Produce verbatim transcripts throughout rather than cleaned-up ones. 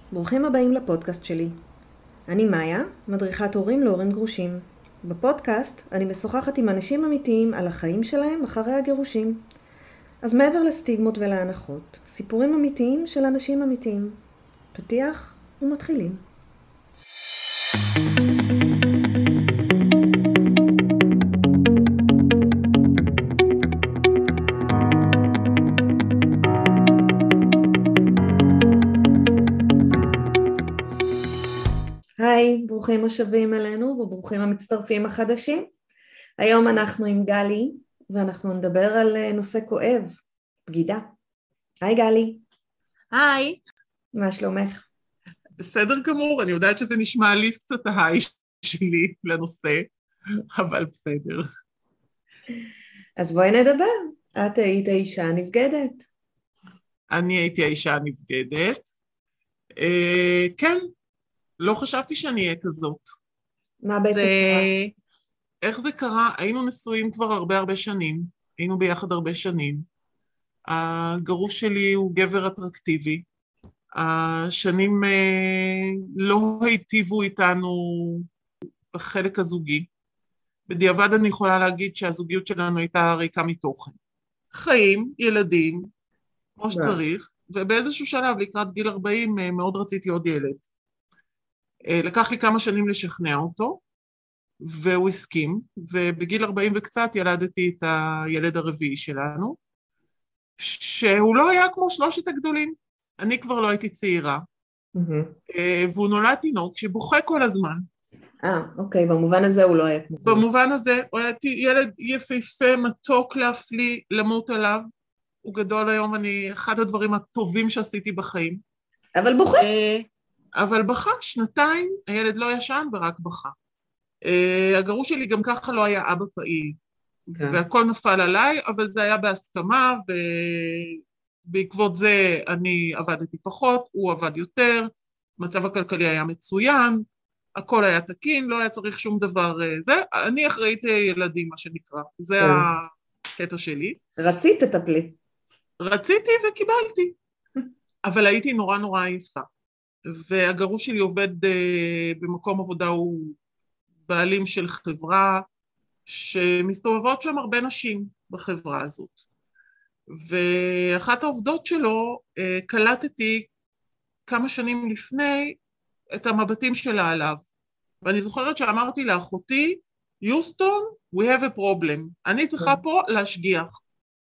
ברוכים הבאים לפודקאסט שלי. אני מאיה, מדריכת הורים להורים גרושים. בפודקאסט אני משוחחת עם אנשים אמיתיים על החיים שלהם אחרי הגירושים. אז מעבר לסטיגמות ולהנחות, סיפורים אמיתיים של אנשים אמיתיים. פתיח ומתחילים. היי, ברוכים השבים אלינו וברוכים המצטרפים החדשים. היום אנחנו עם גלי ואנחנו נדבר על נושא כואב, בגידה. היי גלי. היי. מה שלומך? בסדר גמור, אני יודעת שזה נשמע לי קצת ההיי שלי לנושא, אבל בסדר. אז בואי נדבר. את היית האישה הנבגדת. אני הייתי האישה הנבגדת. אה, כן, לא חשבתי שאני אהיה כזאת. מה בעצם זה... קרה? איך זה קרה? היינו נשואים כבר הרבה הרבה שנים, היינו ביחד הרבה שנים. הגרוש שלי הוא גבר אטרקטיבי. השנים אה, לא היטיבו איתנו בחלק הזוגי. בדיעבד אני יכולה להגיד שהזוגיות שלנו הייתה ריקה מתוכן. חיים, ילדים, כמו שצריך, ובאיזשהו שלב לקראת גיל ארבעים מאוד רציתי עוד ילד. לקח לי כמה שנים לשכנע אותו, והוא הסכים, ובגיל ארבעים וקצת ילדתי את הילד הרביעי שלנו, שהוא לא היה כמו שלושת הגדולים. אני כבר לא הייתי צעירה, Mm-hmm. והוא נולד תינוק שבוכה כל הזמן. אה, אוקיי, במובן הזה הוא לא היה כמו... במובן הזה, הוא היה ילד יפהפה, מתוק להפליא, למות עליו. הוא גדול היום, אני, אחד הדברים הטובים שעשיתי בחיים. אבל בוכה. אבל בכה, שנתיים, הילד לא ישן ורק בכה. הגרוש שלי גם ככה לא היה אבא פעיל, והכל נפל עליי, אבל זה היה בהסכמה, ובעקבות זה אני עבדתי פחות, הוא עבד יותר, מצב הכלכלי היה מצוין, הכל היה תקין, לא היה צריך שום דבר, זה, אני אחראית ילדים, מה שנקרא, זה הקטע שלי. רצית תטפלי. רציתי וקיבלתי, אבל הייתי נורא נורא עייפה, והגרוש שלי עובד במקום עבודה, הוא בעלים של חברה, שמסתובבות שם הרבה נשים בחברה הזאת, ואחת העובדות שלו קלטתי כמה שנים לפני, את המבטים שלה עליו, ואני זוכרת שאמרתי לאחותי, יוסטון, we have a problem, אני צריכה פה להשגיח,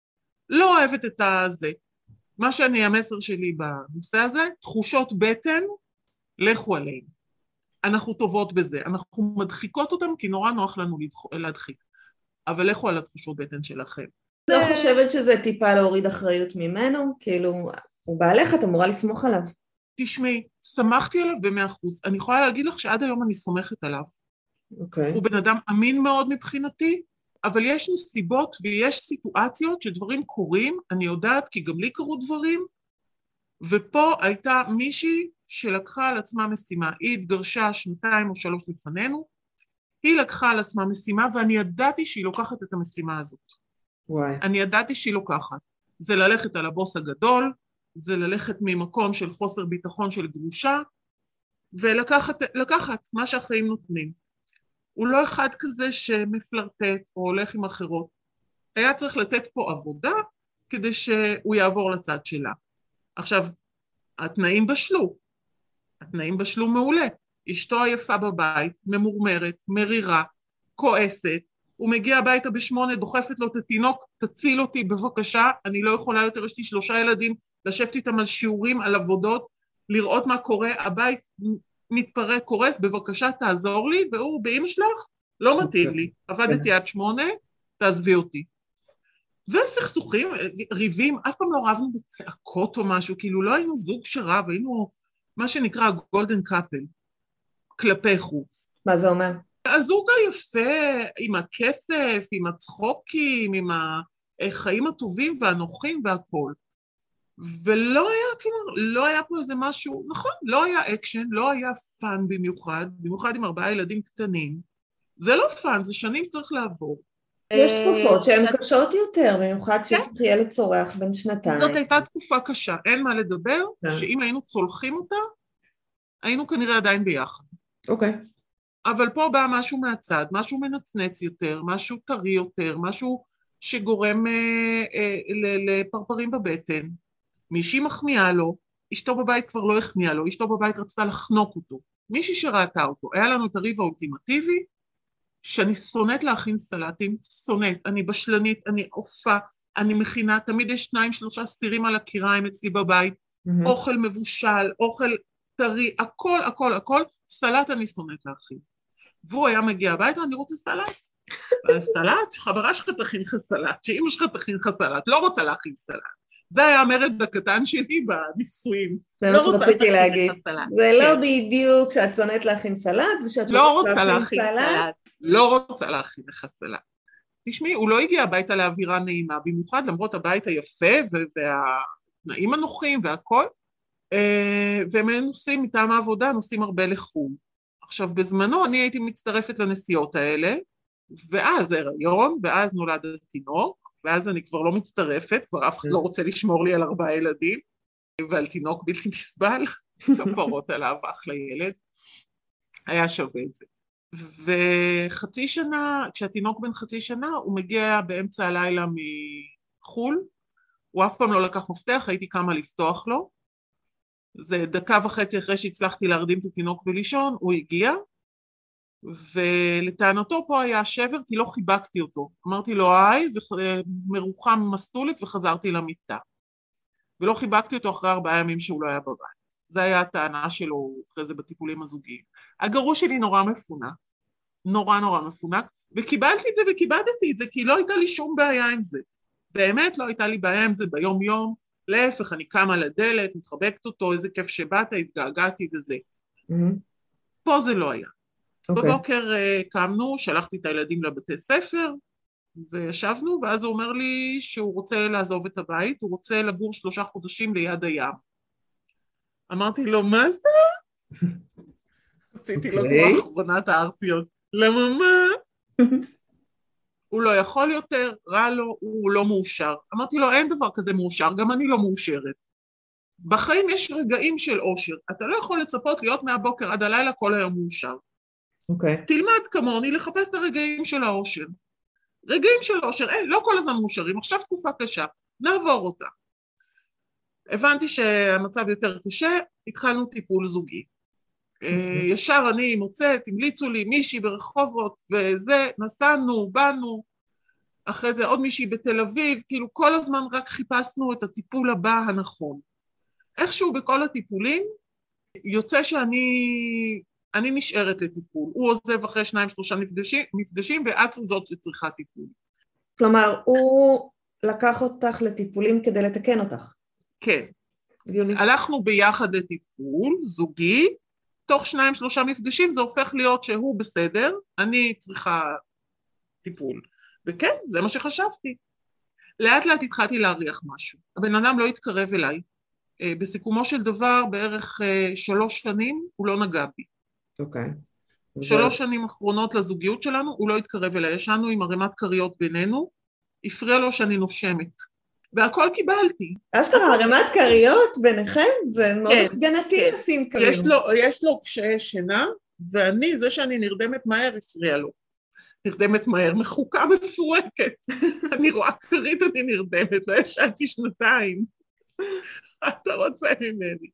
לא אוהבת את הזה, מה שאני, המסר שלי בנושא הזה, תחושות בטן, לכו עליהם, אנחנו טובות בזה, אנחנו מדחיקות אותם כי נורא נוח לנו להדחיק, אבל לכו על התחושות בטן שלכם. לא חושבת שזה טיפה להוריד אחריות ממנו, כאילו הוא בעלך, את אמורה לסמוך עליו. תשמעי, שמחתי עליו במאה אחוז, אני יכולה להגיד לך שעד היום אני סומכת עליו. אוקיי. הוא בן אדם אמין מאוד מבחינתי, אבל יש נסיבות ויש סיטואציות שדברים קורים, אני יודעת כי גם לי קרו דברים, ופה הייתה מישהי שלקחה על עצמה משימה, היא התגרשה שנתיים או שלוש לפנינו, היא לקחה על עצמה משימה ואני ידעתי שהיא לוקחת את המשימה הזאת. וואי. אני ידעתי שהיא לוקחת. זה ללכת על הבוס הגדול, זה ללכת ממקום של חוסר ביטחון של גרושה, ולקחת לקחת מה שהחיים נותנים. הוא לא אחד כזה שמפלרטט או הולך עם אחרות. היה צריך לתת פה עבודה כדי שהוא יעבור לצד שלה. עכשיו, התנאים בשלו. התנאים בשלו מעולה. אשתו היפה בבית, ממורמרת, מרירה, כועסת, הוא מגיע הביתה בשמונה, דוחפת לו את התינוק, תציל אותי בבקשה, אני לא יכולה יותר, יש לי שלושה ילדים, לשבת איתם על שיעורים, על עבודות, לראות מה קורה, הבית מתפרק, קורס, בבקשה תעזור לי, והוא באמא שלך, לא מתאים לי, עבדתי עד שמונה, תעזבי אותי. וסכסוכים, ריבים, אף פעם לא רבנו בצעקות או משהו, כאילו לא היינו זוג שרב, היינו מה שנקרא גולדן קאפל, כלפי חוץ. מה זה אומר? הזוג היפה, עם הכסף, עם הצחוקים, עם החיים הטובים והנוחים והכל. ולא היה, כאילו, לא היה פה איזה משהו, נכון, לא היה אקשן, לא היה פאן במיוחד, במיוחד עם ארבעה ילדים קטנים. זה לא פאן, זה שנים שצריך לעבור. יש תקופות שהן קשות יותר, במיוחד שיש ילד צורח בין שנתיים. זאת הייתה תקופה קשה, אין מה לדבר, שאם היינו צולחים אותה, היינו כנראה עדיין ביחד. אוקיי. אבל פה בא משהו מהצד, משהו מנצנץ יותר, משהו טרי יותר, משהו שגורם אה, אה, לפרפרים בבטן. מישהי מחמיאה לו, אשתו בבית כבר לא החמיאה לו, אשתו בבית רצתה לחנוק אותו. מישהי שראתה אותו, היה לנו את הריב האולטימטיבי, שאני שונאת להכין סלטים, שונאת, אני בשלנית, אני עופה, אני מכינה, תמיד יש שניים שלושה סירים על הקיריים אצלי בבית, mm-hmm. אוכל מבושל, אוכל טרי, הכל, הכל, הכל, סלט אני שונאת להכין. והוא היה מגיע הביתה, אני רוצה סלט. סלט, שחברה שלך תכין לך סלט, שאמא שלך תכין לך סלט, לא רוצה להכין סלט. זה היה המרד הקטן שלי בנישואים. זה מה שרציתי להגיד. זה לא בדיוק שאת שונאת להכין סלט, זה שאת לא רוצה להכין סלט. לא רוצה להכין לך סלט. תשמעי, הוא לא הגיע הביתה לאווירה נעימה, במיוחד למרות הבית היפה והתנאים הנוחים והכל, והם נוסעים מטעם העבודה, נוסעים הרבה לחום. עכשיו, בזמנו אני הייתי מצטרפת לנסיעות האלה, ואז הריון, ואז נולד התינוק, ואז אני כבר לא מצטרפת, כבר אף אחד לא רוצה לשמור לי על ארבעה ילדים, ועל תינוק בלתי נסבל, כפרות עליו, אחלה ילד, היה שווה את זה. וחצי שנה, כשהתינוק בן חצי שנה, הוא מגיע באמצע הלילה מחול, הוא אף פעם לא לקח מפתח, הייתי קמה לפתוח לו, זה דקה וחצי אחרי שהצלחתי להרדים את התינוק ולישון, הוא הגיע, ולטענתו פה היה שבר כי לא חיבקתי אותו. אמרתי לו היי, ומרוחם מסטולית וחזרתי למיטה. ולא חיבקתי אותו אחרי ארבעה ימים שהוא לא היה בבית. זה היה הטענה שלו אחרי זה בטיפולים הזוגיים. הגרוש שלי נורא מפונק, נורא נורא מפונק, וקיבלתי את זה וקיבלתי את זה, כי לא הייתה לי שום בעיה עם זה. באמת לא הייתה לי בעיה עם זה ביום יום, להפך, אני קמה לדלת, מתחבקת אותו, איזה כיף שבאת, התגעגעתי וזה. Mm-hmm. פה זה לא היה. Okay. בבוקר uh, קמנו, שלחתי את הילדים לבתי ספר, וישבנו, ואז הוא אומר לי שהוא רוצה לעזוב את הבית, הוא רוצה לגור שלושה חודשים ליד הים. אמרתי לו, מה זה? עשיתי לו כמו אחרונת הארציות. למה מה? הוא לא יכול יותר, רע לו, הוא לא מאושר. אמרתי לו, אין דבר כזה מאושר, גם אני לא מאושרת. בחיים יש רגעים של אושר, אתה לא יכול לצפות להיות מהבוקר עד הלילה כל היום מאושר. אוקיי. Okay. תלמד כמוני לחפש את הרגעים של האושר. רגעים של האושר, אין, לא כל הזמן מאושרים, עכשיו תקופה קשה, נעבור אותה. הבנתי שהמצב יותר קשה, התחלנו טיפול זוגי. Okay. ישר אני מוצאת, המליצו לי מישהי ברחובות, וזה, נסענו, באנו, אחרי זה עוד מישהי בתל אביב, כאילו כל הזמן רק חיפשנו את הטיפול הבא הנכון. איכשהו בכל הטיפולים, יוצא שאני אני נשארת לטיפול. הוא עוזב אחרי שניים שלושה מפגשים, מפגשים ואת זאת שצריכה טיפול. כלומר, הוא לקח אותך לטיפולים כדי לתקן אותך. כן. הגיוני. הלכנו ביחד לטיפול, זוגי, תוך שניים שלושה מפגשים זה הופך להיות שהוא בסדר, אני צריכה טיפול. וכן, זה מה שחשבתי. לאט לאט התחלתי להריח משהו. הבן אדם לא התקרב אליי. בסיכומו של דבר, בערך שלוש שנים, הוא לא נגע בי. אוקיי. שלוש שנים אחרונות לזוגיות שלנו, הוא לא התקרב אליי. ישנו עם ערימת קריות בינינו, הפריע לו שאני נושמת. והכל קיבלתי. אשכרה, ערימת קריות ביניכם? זה מאוד הפגנתי לשים קריות. יש לו קשיי שינה, ואני, זה שאני נרדמת מהר, הפריע לו. נרדמת מהר, מחוקה מפורקת. אני רואה קרית, אני נרדמת, לא ישנתי שנתיים. אתה רוצה ממני.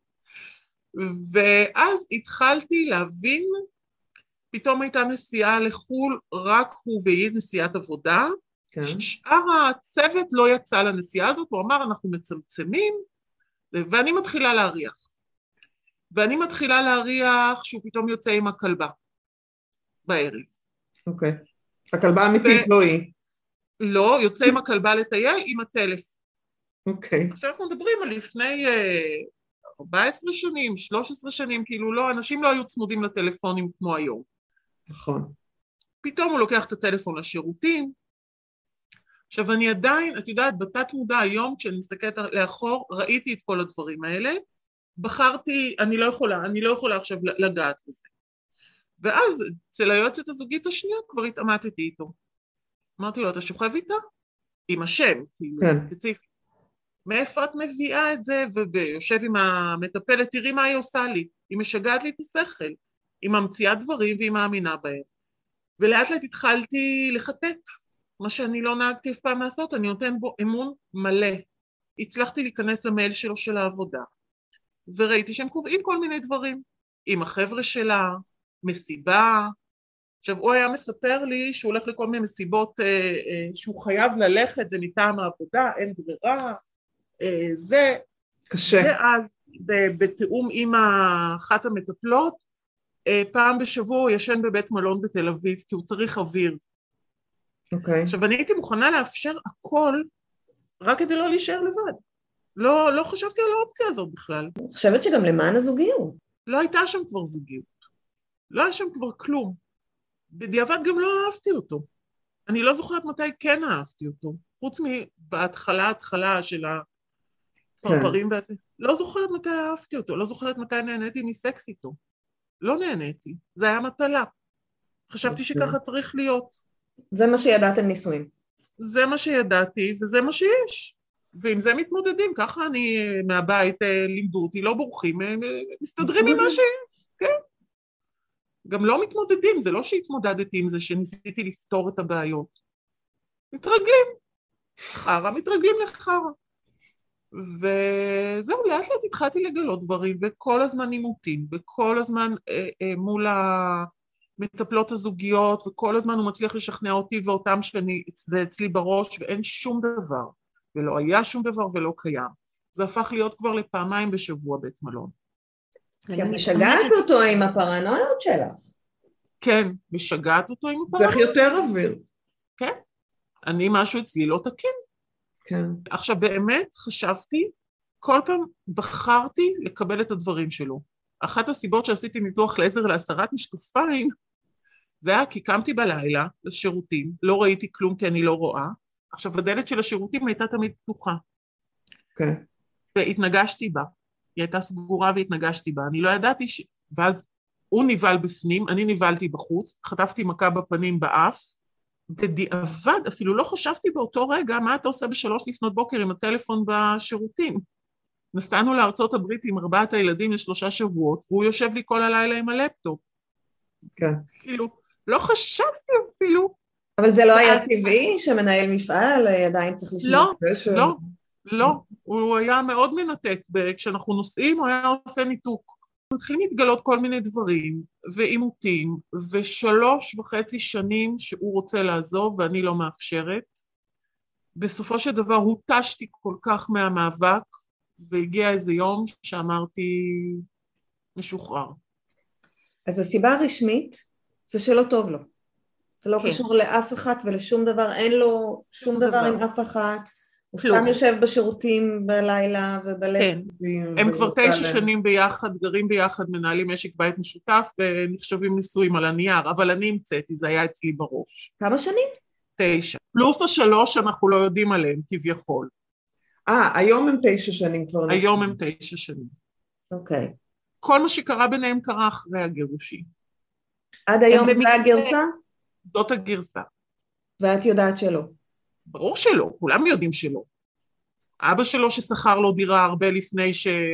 ואז התחלתי להבין, פתאום הייתה נסיעה לחול, רק הוא והיא נסיעת עבודה, כן. שאר הצוות לא יצא לנסיעה הזאת, הוא אמר אנחנו מצמצמים, ואני מתחילה להריח. ואני מתחילה להריח שהוא פתאום יוצא עם הכלבה, בערב. אוקיי. הכלבה אמיתית, ו... לא היא. לא, יוצא עם הכלבה לטייל עם הטלף. אוקיי. עכשיו אנחנו מדברים על לפני ארבע עשרה שנים, שלוש עשרה שנים, כאילו לא, אנשים לא היו צמודים לטלפונים כמו היום. נכון. פתאום הוא לוקח את הטלפון לשירותים. עכשיו אני עדיין, את יודעת, בתת מודע היום, כשאני מסתכלת לאחור, ראיתי את כל הדברים האלה, בחרתי, אני לא יכולה, אני לא יכולה עכשיו לגעת בזה. ואז אצל היועצת הזוגית השנייה כבר התאמתתי איתו. אמרתי לו, אתה שוכב איתה? עם השם, כאילו, כן. ספציפי. מאיפה את מביאה את זה? ו- ויושב עם המטפלת, תראי מה היא עושה לי. היא משגעת לי את השכל. היא ממציאה דברים והיא מאמינה בהם. ולאט לאט התחלתי לחטט, מה שאני לא נהגתי אף פעם לעשות, אני נותן בו אמון מלא. הצלחתי להיכנס למייל שלו של העבודה, וראיתי שהם קובעים כל מיני דברים, עם החבר'ה שלה, מסיבה. עכשיו, הוא היה מספר לי שהוא הולך לכל מיני מסיבות, אה, אה, שהוא חייב ללכת, זה מטעם העבודה, אין ברירה, אה, זה. קשה. ואז, ב- בתאום עם אחת המטפלות, אה, פעם בשבוע הוא ישן בבית מלון בתל אביב, כי הוא צריך אוויר. אוקיי. עכשיו, אני הייתי מוכנה לאפשר הכל, רק כדי לא להישאר לבד. לא, לא חשבתי על האופציה הזאת בכלל. אני חושבת שגם למען הזוגיות. לא הייתה שם כבר זוגיות. לא היה שם כבר כלום. בדיעבד גם לא אהבתי אותו. אני לא זוכרת מתי כן אהבתי אותו. חוץ מבהתחלה, התחלה של הפרפרים והזה. לא זוכרת מתי אהבתי אותו. לא זוכרת מתי נהניתי מסקס איתו. לא נהניתי. זה היה מטלה. חשבתי שככה צריך להיות. זה מה שידעתם נישואים. זה מה שידעתי, וזה מה שיש. ועם זה מתמודדים, ככה אני מהבית לימדו אותי, לא בורחים, מסתדרים עם מה שיש, כן. גם לא מתמודדים, זה לא שהתמודדתי עם זה, שניסיתי לפתור את הבעיות. מתרגלים, חרה, מתרגלים לחרה. וזהו, לאט לאט התחלתי לגלות דברים, וכל הזמן עימותים, וכל הזמן אה, אה, מול המטפלות הזוגיות, וכל הזמן הוא מצליח לשכנע אותי ואותם שזה אצלי בראש, ואין שום דבר. ולא היה שום דבר ולא קיים. זה הפך להיות כבר לפעמיים בשבוע בית מלון. כי את משגעת אותו עם הפרנויות שלך. כן, משגעת אותו עם צריך הפרנויות. יותר אוויר. כן, אני משהו אצלי לא תקין. כן. עכשיו באמת חשבתי, כל פעם בחרתי לקבל את הדברים שלו. אחת הסיבות שעשיתי ניתוח לייזר להסרת משקפיים, זה היה כי קמתי בלילה לשירותים, לא ראיתי כלום כי אני לא רואה, עכשיו, הדלת של השירותים הייתה תמיד פתוחה. כן. Okay. והתנגשתי בה. היא הייתה סגורה והתנגשתי בה. אני לא ידעתי ש... ואז הוא ניבל בפנים, אני ניבלתי בחוץ, חטפתי מכה בפנים באף, בדיעבד, אפילו לא חשבתי באותו רגע, מה אתה עושה בשלוש לפנות בוקר עם הטלפון בשירותים. נסענו לארצות הברית עם ארבעת הילדים לשלושה שבועות, והוא יושב לי כל הלילה עם הלפטופ. כן. Okay. כאילו, לא חשבתי אפילו, אבל זה לא היה טבעי שמנהל מפעל עדיין צריך לשמור? לא, לא, לא, הוא היה מאוד מנתק, כשאנחנו נוסעים הוא היה עושה ניתוק. מתחילים להתגלות כל מיני דברים ועימותים, ושלוש וחצי שנים שהוא רוצה לעזוב ואני לא מאפשרת. בסופו של דבר הותשתי כל כך מהמאבק, והגיע איזה יום שאמרתי משוחרר. אז הסיבה הרשמית זה שלא טוב לו. זה לא כן. קשור לאף אחד ולשום דבר, אין לו שום דבר, דבר עם אף אחד, הוא כלום. סתם יושב בשירותים בלילה ובלב. כן, הם כבר תשע שנים ביחד, גרים ביחד, מנהלים משק בית משותף ונחשבים נישואים על הנייר, אבל אני המצאתי, זה היה אצלי בראש. כמה שנים? תשע. פלוס השלוש אנחנו לא יודעים עליהם, כביכול. אה, היום הם תשע שנים כבר. היום הם תשע שנים. אוקיי. כל מה שקרה ביניהם קרה אחרי הגירושים. עד היום זה הגרסה? זאת הגרסה. ואת יודעת שלא? ברור שלא, כולם יודעים שלא. אבא שלו ששכר לו דירה הרבה לפני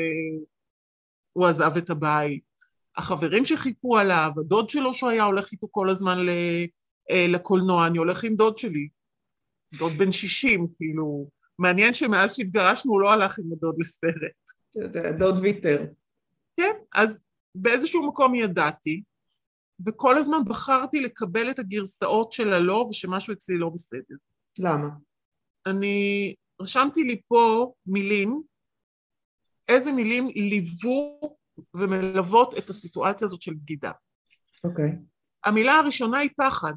שהוא עזב את הבית, החברים שחיכו עליו, הדוד שלו שהוא היה הולך איתו כל הזמן לקולנוע, אני הולך עם דוד שלי, דוד בן שישים, כאילו, מעניין שמאז שהתגרשנו הוא לא הלך עם הדוד לסרט. דוד ויטר. כן, אז באיזשהו מקום ידעתי, וכל הזמן בחרתי לקבל את הגרסאות של הלא, ושמשהו אצלי לא בסדר. למה? אני רשמתי לי פה מילים, איזה מילים ליוו ומלוות את הסיטואציה הזאת של בגידה. אוקיי. Okay. המילה הראשונה היא פחד,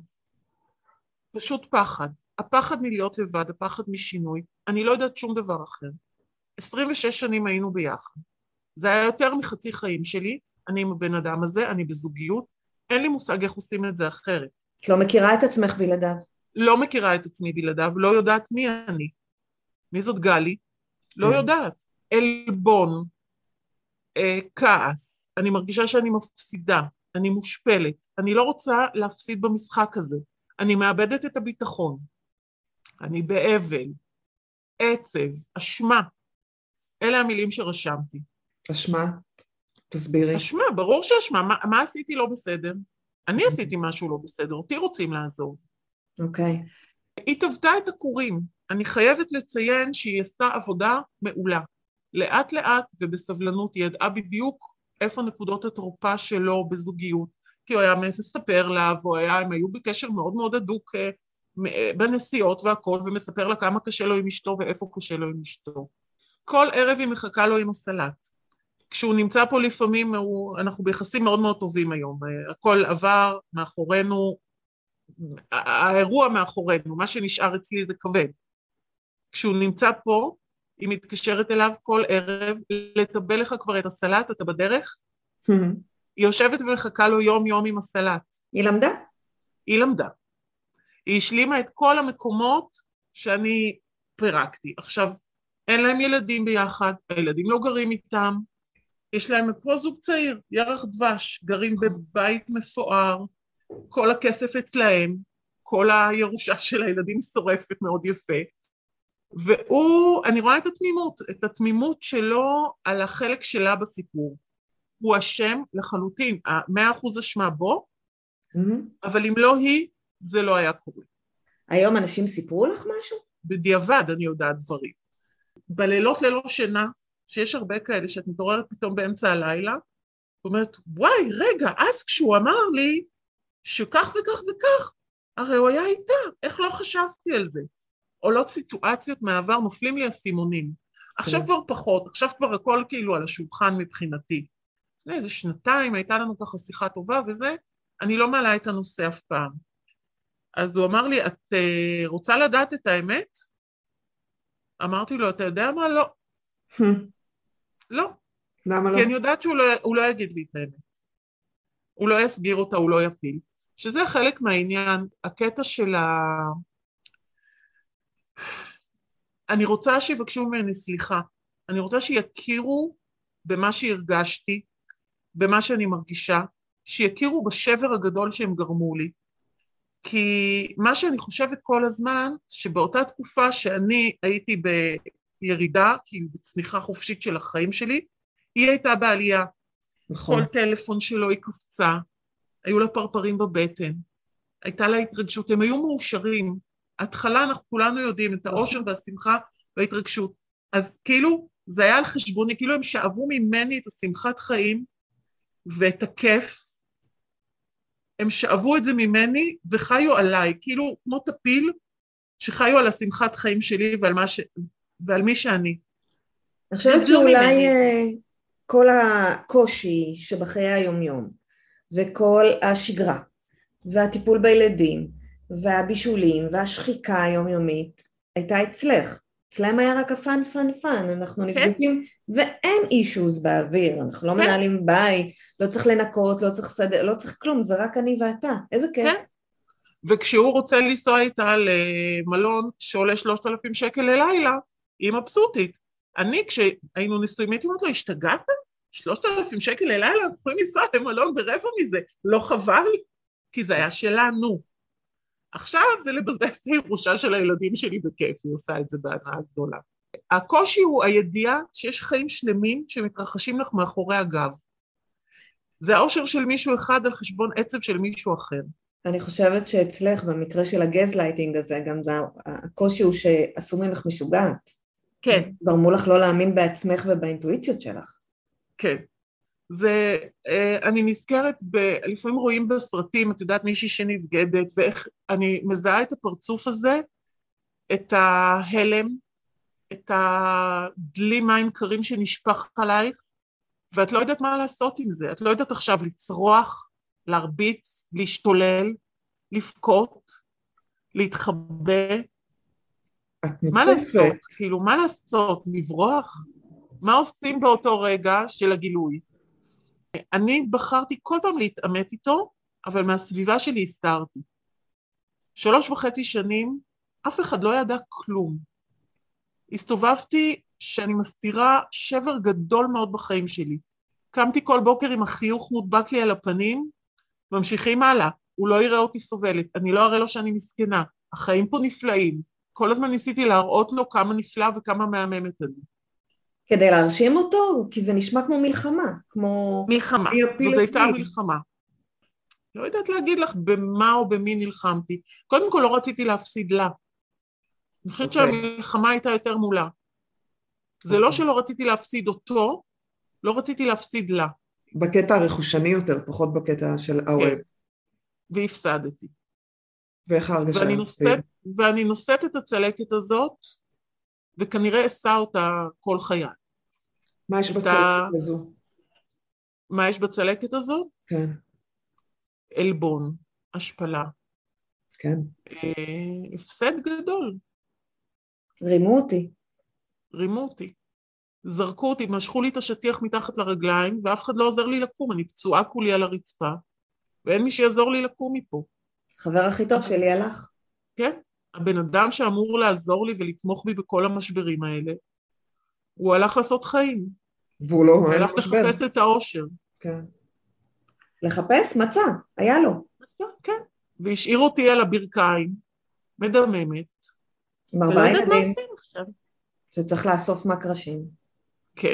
פשוט פחד. הפחד מלהיות לבד, הפחד משינוי, אני לא יודעת שום דבר אחר. עשרים ושש שנים היינו ביחד. זה היה יותר מחצי חיים שלי, אני עם הבן אדם הזה, אני בזוגיות, אין לי מושג איך עושים את זה אחרת. את לא מכירה את עצמך בלעדיו? לא מכירה את עצמי בלעדיו, לא יודעת מי אני. מי זאת גלי? לא יודעת. אלבון, אה, כעס, אני מרגישה שאני מפסידה, אני מושפלת, אני לא רוצה להפסיד במשחק הזה, אני מאבדת את הביטחון, אני באבל, עצב, אשמה, אלה המילים שרשמתי. אשמה, תסבירי. אשמה, ברור שאשמה, מה, מה עשיתי לא בסדר? אני עשיתי משהו לא בסדר, אותי רוצים לעזוב. אוקיי. היא טבתה את הכורים, אני חייבת לציין שהיא עשתה עבודה מעולה. לאט לאט ובסבלנות היא ידעה בדיוק איפה נקודות התורפה שלו בזוגיות, כי הוא היה מספר לה, והם היו בקשר מאוד מאוד הדוק בנסיעות והכל, ומספר לה כמה קשה לו עם אשתו ואיפה קשה לו עם אשתו. כל ערב היא מחכה לו עם הסלט. כשהוא נמצא פה לפעמים, הוא, אנחנו ביחסים מאוד מאוד טובים היום, הכל עבר מאחורינו, האירוע מאחורינו, מה שנשאר אצלי זה כבד. כשהוא נמצא פה, היא מתקשרת אליו כל ערב, לטבל לך כבר את הסלט, אתה בדרך? היא יושבת ומחכה לו יום יום עם הסלט. היא למדה? היא למדה. היא השלימה את כל המקומות שאני פירקתי. עכשיו, אין להם ילדים ביחד, הילדים לא גרים איתם, יש להם פה זוג צעיר, ירח דבש, גרים בבית מפואר, כל הכסף אצלהם, כל הירושה של הילדים שורפת מאוד יפה, והוא, אני רואה את התמימות, את התמימות שלו על החלק שלה בסיפור. הוא אשם לחלוטין, מאה אחוז אשמה בו, Mm-hmm. אבל אם לא היא, זה לא היה קורה. היום אנשים סיפרו לך משהו? בדיעבד אני יודעת דברים. בלילות ללא שינה, שיש הרבה כאלה שאת מתעוררת פתאום באמצע הלילה, ואומרת, וואי, רגע, אז כשהוא אמר לי שכך וכך וכך, הרי הוא היה איתה, איך לא חשבתי על זה? עולות סיטואציות מעבר, נופלים לי הסימונים. עכשיו כבר פחות, עכשיו כבר הכל כאילו על השולחן מבחינתי. לפני איזה שנתיים הייתה לנו ככה שיחה טובה וזה, אני לא מעלה את הנושא אף פעם. אז הוא אמר לי, את uh, רוצה לדעת את האמת? אמרתי לו, אתה יודע מה? לא. לא. למה לא? כי אני יודעת שהוא לא, הוא לא יגיד לי את האמת. הוא לא יסגיר אותה, הוא לא יפיל. שזה חלק מהעניין, הקטע של ה... אני רוצה שיבקשו ממני סליחה. אני רוצה שיכירו במה שהרגשתי, במה שאני מרגישה, שיכירו בשבר הגדול שהם גרמו לי. כי מה שאני חושבת כל הזמן, שבאותה תקופה שאני הייתי בירידה, כאילו בצניחה חופשית של החיים שלי, היא הייתה בעלייה. נכון. כל טלפון שלו היא קפצה, היו לה פרפרים בבטן, הייתה לה התרגשות, הם היו מאושרים. ההתחלה אנחנו כולנו יודעים את האושר והשמחה וההתרגשות. אז כאילו זה היה על חשבוני, כאילו הם שאבו ממני את השמחת חיים ואת הכיף, הם שאבו את זה ממני וחיו עליי, כאילו כמו תפיל שחיו על השמחת חיים שלי ועל, מה ש... ועל מי שאני. אני חושבת שאולי כל הקושי שבחיי היום-יום, וכל השגרה, והטיפול בילדים, והבישולים, והשחיקה היומיומית, הייתה אצלך. אצלם היה רק הפן פן פן, אנחנו נבדקים, ואין אישוז באוויר, אנחנו לא מנהלים בית, לא צריך לנקות, לא צריך סדר, לא צריך כלום, זה רק אני ואתה, איזה כיף. וכשהוא רוצה לנסוע איתה למלון שעולה שלושת אלפים שקל ללילה, היא מבסוטית. אני, כשהיינו נשואים, הייתי אומרת לו, השתגעתם? שלושת אלפים שקל ללילה, אנחנו יכולים לנסוע למלון ברבע מזה, לא חבל? כי זה היה שלנו. עכשיו זה לבזבז את הירושה של הילדים שלי בכיף, היא עושה את זה בהנאה גדולה. הקושי הוא הידיעה שיש חיים שלמים שמתרחשים לך מאחורי הגב. זה האושר של מישהו אחד על חשבון עצב של מישהו אחר. אני חושבת שאצלך, במקרה של הגזלייטינג הזה, גם זה, הקושי הוא שעשו ממך משוגעת. כן. גרמו לך לא להאמין בעצמך ובאינטואיציות שלך. כן. זה, אני נזכרת, ב, לפעמים רואים בסרטים, את יודעת מישהי שנבגדת, ואיך אני מזהה את הפרצוף הזה, את ההלם, את הדלי מים קרים שנשפך עלייך, ואת לא יודעת מה לעשות עם זה, את לא יודעת עכשיו לצרוח, להרביץ, להשתולל, לבכות, להתחבא, מה לעשות? כאילו, מה לעשות? לברוח? מה עושים באותו רגע של הגילוי? אני בחרתי כל פעם להתאמת איתו, אבל מהסביבה שלי הסתרתי. שלוש וחצי שנים, אף אחד לא ידע כלום. הסתובבתי שאני מסתירה שבר גדול מאוד בחיים שלי. קמתי כל בוקר עם החיוך מודבק לי על הפנים, ממשיכים הלאה. הוא לא יראה אותי סובלת, אני לא אראה לו שאני מסכנה. החיים פה נפלאים. כל הזמן ניסיתי להראות לו כמה נפלא וכמה מהממת אני. כדי להרשים אותו? כי זה נשמע כמו מלחמה, כמו... מלחמה, מי יפיל זאת את הייתה מי? מלחמה. לא יודעת להגיד לך במה או במי נלחמתי. קודם כל לא רציתי להפסיד לה. אני חושבת אוקיי. שהמלחמה הייתה יותר מולה. זה לא שלא רציתי להפסיד אותו, לא רציתי להפסיד לה. בקטע הרכושני יותר, פחות בקטע של האוהב. כן, והפסדתי. ואיך ההרגשה ואני להפסיד? נושאת, ואני נושאת את הצלקת הזאת, וכנראה אשא אותה כל חיי. מה יש את בצלקת ה- הזו? מה יש בצלקת הזאת? כן, עלבון, השפלה, כן. אה, הפסד גדול, רימו אותי. רימו אותי. זרקו אותי, משכו לי את השטיח מתחת לרגליים, ואף אחד לא עוזר לי לקום, אני פצועה כולי על הרצפה, ואין מי שיעזור לי לקום מפה. חבר הכי טוב שלי הלך. כן, הבן אדם שאמור לעזור לי ולתמוך בי בכל המשברים האלה, הוא הלך לעשות חיים, והוא לא, הוא אין לו הלך משבר. לחפש את האושר. כן. לחפש? מצא, היה לו. כן, והשאיר אותי על הברכיים, מדממת, עם ולא ארבעה יודעת מה ילדים, עושים עכשיו. שצריך לאסוף מהקרשים. כן,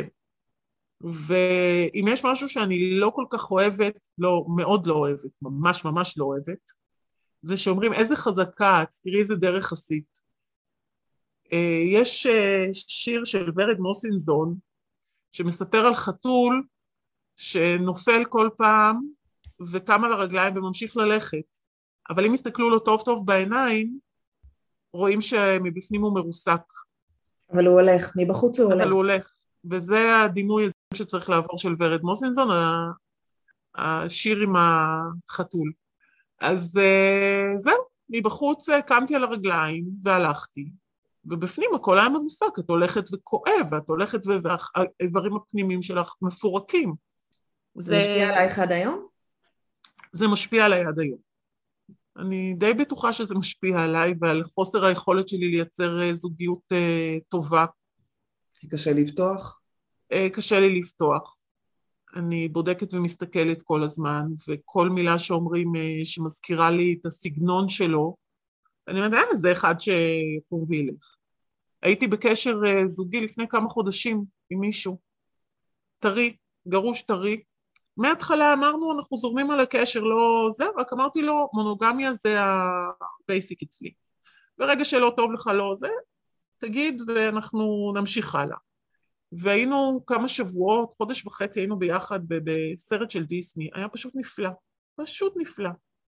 ואם יש משהו שאני לא כל כך אוהבת, לא, מאוד לא אוהבת, ממש ממש לא אוהבת, זה שאומרים איזה חזקה את, תראי איזה דרך עשית. אה, יש אה, שיר של ורד מוסינזון, שמספר על חתול שנופל כל פעם וקם על הרגליים וממשיך ללכת. אבל אם יסתכלו לו טוב טוב בעיניים, רואים שמבפנים הוא מרוסק. אבל הוא הולך, מבחוץ הוא הולך. אבל הוא הולך. וזה הדימוי הזה שצריך לעבור של ורד מוסינזון, השיר עם החתול. אז זהו, מבחוץ קמתי על הרגליים והלכתי, ובפנים הכל היה מרוסק, את הולכת וכואב, ואת הולכת והאיברים הפנימיים שלך מפורקים. זה, זה משפיע עלייך עד היום? זה משפיע עליי עד היום. אני די בטוחה שזה משפיע עליי, ועל חוסר היכולת שלי לייצר זוגיות uh, טובה. כי קשה לפתוח? Uh, קשה לי לפתוח. אני בודקת ומסתכלת כל הזמן, וכל מילה שאומרים uh, שמזכירה לי את הסגנון שלו, אני אומרת, אה, זה אחד שיקום וילך. הייתי בקשר uh, זוגי לפני כמה חודשים עם מישהו, טרי, גרוש טרי, מההתחלה אמרנו, אנחנו זורמים על הקשר, לא זה, רק אמרתי לו, מונוגמיה זה הבייסיק אצלי. ברגע שלא טוב לך לא זה, תגיד ואנחנו נמשיך הלאה. והיינו כמה שבועות, חודש וחצי, היינו ביחד בסרט של דיסני, היה פשוט נפלא, פשוט נפלא.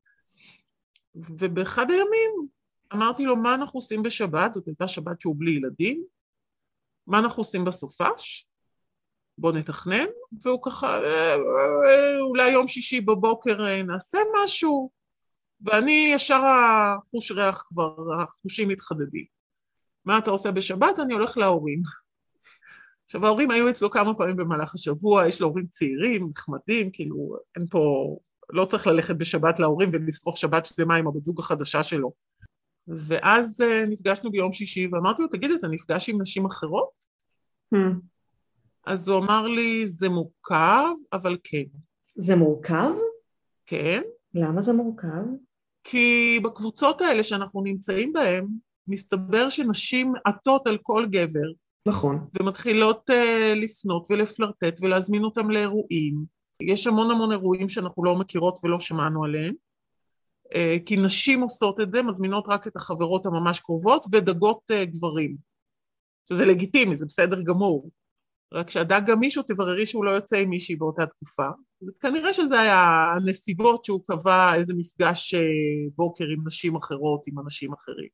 ובאחד הימים אמרתי לו, מה אנחנו עושים בשבת? זאת הייתה שבת שהוא בלי ילדים, מה אנחנו עושים בסופש? בוא נתכנן, והוא ככה, אולי יום שישי בבוקר נעשה משהו, ואני ישר החוש ריח כבר, החושים מתחדדים. מה אתה עושה בשבת? אני הולך להורים. עכשיו, ההורים היו אצלו כמה פעמים במהלך השבוע, יש לו הורים צעירים, נחמדים, כאילו, אין פה, לא צריך ללכת בשבת להורים ולשרוף שבת שלמה עם הבת זוג החדשה שלו. ואז נפגשנו ביום שישי, ואמרתי לו, תגיד, אתה נפגש עם נשים אחרות? Hmm. אז הוא אמר לי, זה מורכב, אבל כן. זה מורכב? כן. למה זה מורכב? כי בקבוצות האלה שאנחנו נמצאים בהן, מסתבר שנשים עטות על כל גבר. נכון. ומתחילות uh, לפנות ולפלרטט ולהזמין אותם לאירועים. יש המון המון אירועים שאנחנו לא מכירות ולא שמענו עליהם. Uh, כי נשים עושות את זה, מזמינות רק את החברות הממש קרובות ודגות uh, גברים. שזה לגיטימי, זה בסדר גמור. רק שהדג גם מישהו תבררי שהוא לא יוצא עם מישהי באותה תקופה. וכנראה שזה היה הנסיבות שהוא קבע איזה מפגש בוקר עם נשים אחרות, עם אנשים אחרים.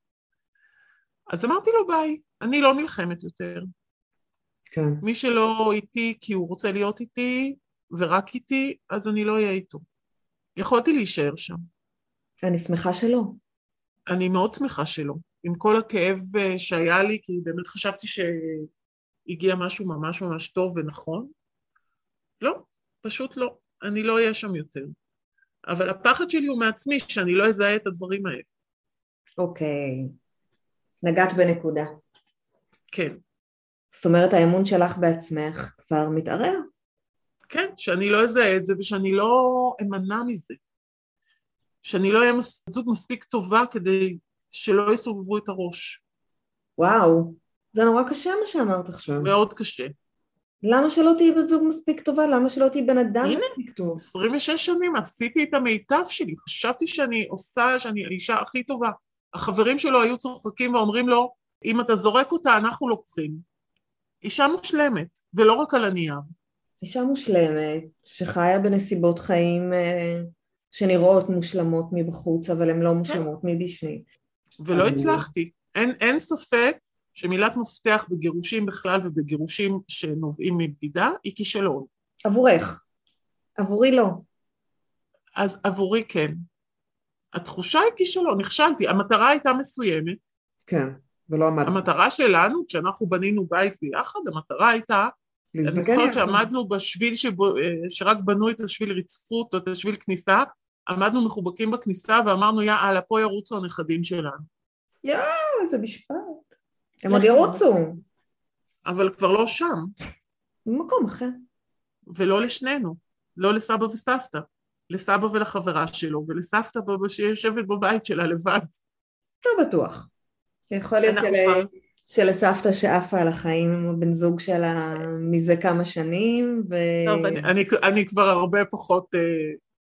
אז אמרתי לו ביי, אני לא נלחמת יותר. כן. מי שלא איתי כי הוא רוצה להיות איתי ורק איתי, אז אני לא אהיה איתו. יכולתי להישאר שם. אני שמחה שלא. אני מאוד שמחה שלא. עם כל הכאב שהיה לי, כי באמת חשבתי ש... הגיע משהו ממש ממש טוב ונכון. לא, פשוט לא. אני לא אהיה שם יותר. אבל הפחד שלי הוא מעצמי, שאני לא אזהה את הדברים האלה. אוקיי. נגעת בנקודה. כן. זאת אומרת, האמון שלך בעצמך כבר מתערער. כן, שאני לא אזהה את זה, ושאני לא אמנע מזה. שאני לא אהיה זוג מספיק טובה, כדי שלא יסובבו את הראש. וואו. זה נורא קשה מה שאמרת עכשיו. מאוד קשה. למה שלא תהיי בת זוג מספיק טובה? למה שלא תהיי בן אדם הנה, מספיק טוב? עשרים ושש שנים עשיתי את המיטב שלי, חשבתי שאני עושה, שאני האישה הכי טובה. החברים שלו היו צוחקים ואומרים לו, אם אתה זורק אותה, אנחנו לוקחים. אישה מושלמת, ולא רק על הנייר. אישה מושלמת, שחיה בנסיבות חיים אה, שנראות מושלמות מבחוץ, אבל הן לא מושלמות מבפנים. ולא אבל- הצלחתי. אין, אין ספק שמילת מפתח בגירושים בכלל ובגירושים שנובעים מבגידה היא כישלון. עבורך. עבורי לא. אז עבורי כן. התחושה היא כישלון, נכשלתי. המטרה הייתה מסוימת. כן, ולא עמד. המטרה שלנו, כשאנחנו בנינו בית ביחד, המטרה הייתה, אני להזדקן זוכרת יחד. שעמדנו בשביל שבו, שרק בנו את השביל רצפות או את השביל כניסה, עמדנו מחובקים בכניסה ואמרנו, יאללה, פה ירוצו הנכדים שלנו. יואו, איזה משפט. הם עוד ירוצו. אבל כבר לא שם, במקום אחר. ולא לשנינו, לא לסבא וסבתא, לסבא ולחברה שלו, ולסבתא בבא שיושבת בבית שלה לבד. לא בטוח. יכול להיות אנחנו של... כבר- שלסבתא שעפה על החיים עם הבן זוג שלה מזה כמה שנים, ו... טוב, אני, אני, אני כבר הרבה פחות אה,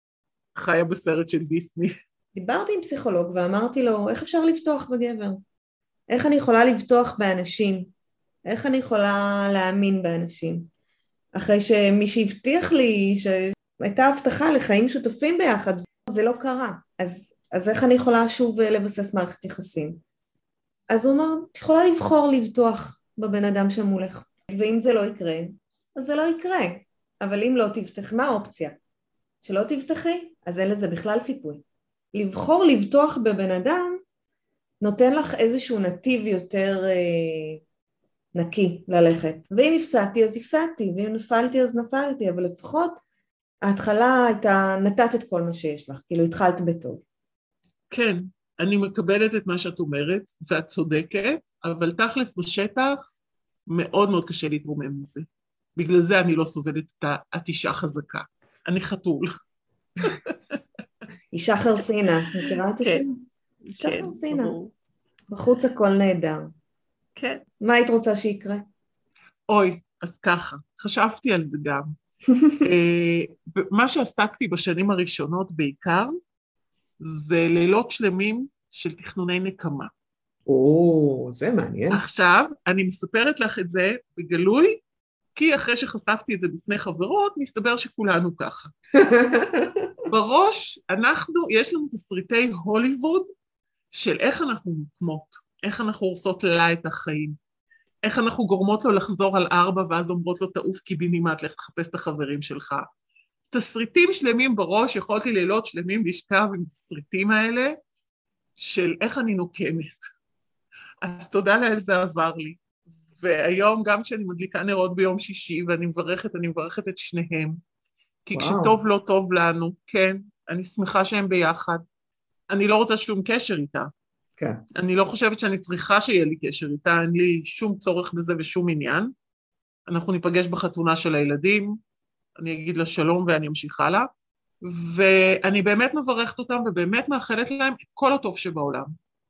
חיה בסרט של דיסני. דיברתי עם פסיכולוג ואמרתי לו, איך אפשר לבטוח בגבר? איך אני יכולה לבטוח באנשים? איך אני יכולה להאמין באנשים? אחרי שמי שהבטיח לי שהייתה הבטחה לחיים שותפים ביחד, זה לא קרה. אז, אז איך אני יכולה שוב לבסס מערכת יחסים? אז הוא אמר, את יכולה לבחור לבטוח בבן אדם שמולך, ואם זה לא יקרה, אז זה לא יקרה. אבל אם לא תבטח, מה האופציה? שלא תבטחי, אז אין לזה בכלל סיפוי. לבחור לבטוח בבן אדם, נותן לך איזשהו נתיב יותר אה, נקי ללכת. ואם הפסדתי, אז הפסדתי, ואם נפלתי, אז נפלתי, אבל לפחות ההתחלה הייתה, נתת את כל מה שיש לך, כאילו התחלת בטוב. כן, אני מקבלת את מה שאת אומרת, ואת צודקת, אבל תכלס בשטח מאוד מאוד קשה להתרומם מזה. בגלל זה אני לא סובלת את את אישה חזקה. אני חתול. אישה חרסינה, את מכירה את השם? אישה כן, חרסינה. ברור. בחוץ הכל נהדר. כן. מה היית רוצה שיקרה? אוי, אז ככה, חשבתי על זה גם. אה, מה שעסקתי בשנים הראשונות בעיקר, זה לילות שלמים של תכנוני נקמה. או, זה מעניין. עכשיו, אני מספרת לך את זה בגלוי, כי אחרי שחשפתי את זה בפני חברות, מסתבר שכולנו ככה. בראש, אנחנו, יש לנו תסריטי הוליווד של איך אנחנו מוקמות, איך אנחנו הורסות לה את החיים, איך אנחנו גורמות לו לחזור על ארבע, ואז אומרות לו תעוף קיבינימט, לך תחפש את החברים שלך. תסריטים שלמים בראש, יכולתי לילות שלמים לשכב עם תסריטים האלה, של איך אני נוקמת. אז תודה לאל זה עבר לי. והיום גם כשאני מדליקה נרות ביום שישי, ואני מברכת, אני מברכת את שניהם. כי וואו. כשטוב לא טוב לנו, כן, אני שמחה שהם ביחד. אני לא רוצה שום קשר איתה. כן. אני לא חושבת שאני צריכה שיהיה לי קשר איתה, אין לי שום צורך בזה ושום עניין. אנחנו ניפגש בחתונה של הילדים, אני אגיד לה שלום ואני אמשיך הלאה, ואני באמת מברכת אותם ובאמת מאחלת להם את כל הטוב שבעולם.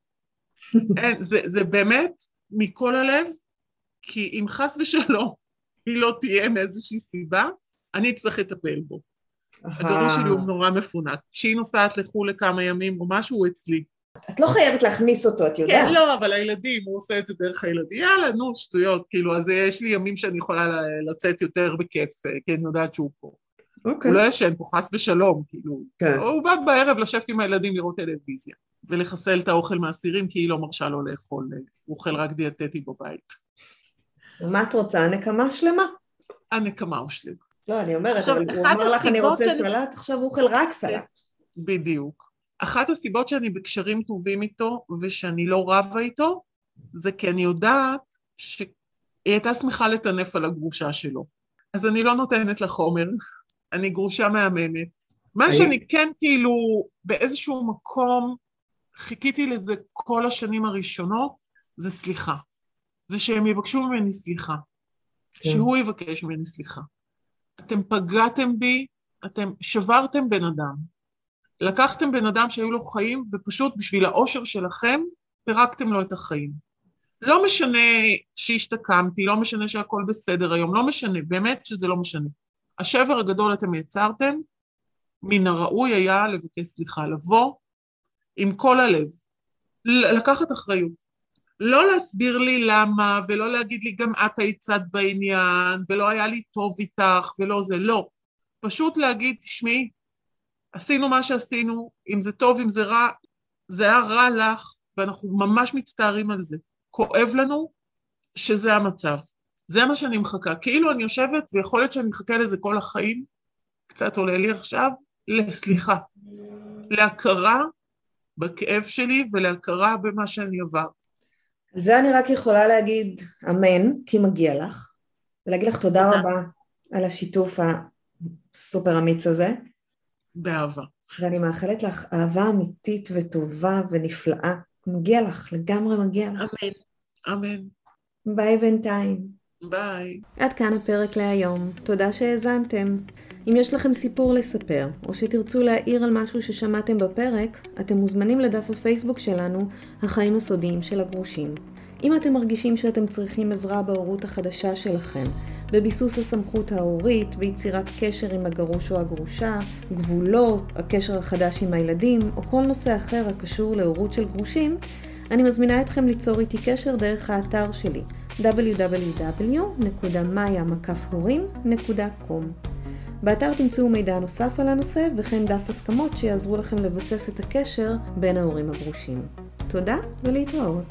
אין, זה, זה באמת מכל הלב, כי אם חס ושלום היא לא תהיה מאיזושהי סיבה, אני אצטרך לטפל בו. הגרוש שלי הוא נורא מפונק. כשהיא נוסעת לחו"ל לכמה ימים או משהו, הוא אצלי. את לא חייבת להכניס אותו, את יודעת. כן, לא, אבל הילדים, הוא עושה את זה דרך הילדים. יאללה, נו, שטויות, כאילו, אז יש לי ימים שאני יכולה לצאת יותר בכיף, כי אני יודעת שהוא פה. אוקיי. הוא לא ישן פה, חס ושלום, כאילו. כן. הוא בא בערב לשבת עם הילדים לראות טלוויזיה, ולחסל את האוכל מהסירים, כי היא לא מרשה לו לאכול, הוא אוכל רק דיאטטי בבית. ומה את רוצה? נקמה שלמה? הנקמה הוא שלמה. לא, אני אומרת, עכשיו, אבל הוא אחת אמר לך אני הסיבות רוצה שאני- סלט, עכשיו הוא אוכל רק סלט. בדיוק. אחת הסיבות שאני בקשרים טובים איתו, ושאני לא רבה איתו, זה כי אני יודעת שהיא הייתה שמחה לטנף על הגרושה שלו. אז אני לא נותנת לה חומר, אני גרושה מהממת. מה האם- שאני כן כאילו באיזשהו מקום חיכיתי לזה כל השנים הראשונות, זה סליחה. זה שהם יבקשו ממני סליחה. כן. שהוא יבקש ממני סליחה. אתם פגעתם בי, אתם שברתם בן אדם. לקחתם בן אדם שהיו לו חיים, ופשוט בשביל האושר שלכם, פירקתם לו את החיים. לא משנה שהשתקמתי, לא משנה שהכל בסדר היום, לא משנה, באמת שזה לא משנה. השבר הגדול אתם יצרתם, מן הראוי היה לבקש סליחה, לבוא עם כל הלב, לקחת אחריות. לא להסביר לי למה, ולא להגיד לי גם את היצאת בעניין, ולא היה לי טוב איתך, ולא זה, לא. פשוט להגיד, תשמעי, עשינו מה שעשינו, אם זה טוב, אם זה רע, זה היה רע לך, ואנחנו ממש מצטערים על זה. כואב לנו שזה המצב. זה מה שאני מחכה. כאילו אני יושבת, ויכול להיות שאני מחכה לזה כל החיים, קצת עולה לי עכשיו, לסליחה. להכרה בכאב שלי, ולהכרה במה שאני עבר. על זה אני רק יכולה להגיד אמן, כי מגיע לך, ולהגיד לך תודה רבה על השיתוף הסופר אמיץ הזה. באהבה. ואני מאחלת לך אהבה אמיתית וטובה ונפלאה. מגיע לך, לגמרי מגיע לך. אמן, אמן. ביי בינתיים. ביי. עד כאן הפרק להיום. תודה שהאזנתם. אם יש לכם סיפור לספר, או שתרצו להעיר על משהו ששמעתם בפרק, אתם מוזמנים לדף הפייסבוק שלנו, החיים הסודיים של הגרושים. אם אתם מרגישים שאתם צריכים עזרה בהורות החדשה שלכם, בביסוס הסמכות ההורית, ביצירת קשר עם הגרוש או הגרושה, גבולות, הקשר החדש עם הילדים, או כל נושא אחר הקשור להורות של גרושים, אני מזמינה אתכם ליצור איתי קשר דרך האתר שלי, דאבליו דאבליו דאבליו נקודה מאיה מקף הורים נקודה קום. באתר תמצאו מידע נוסף על הנושא וכן דף הסכמות שיעזרו לכם לבסס את הקשר בין ההורים הגרושים. תודה ולהתראות.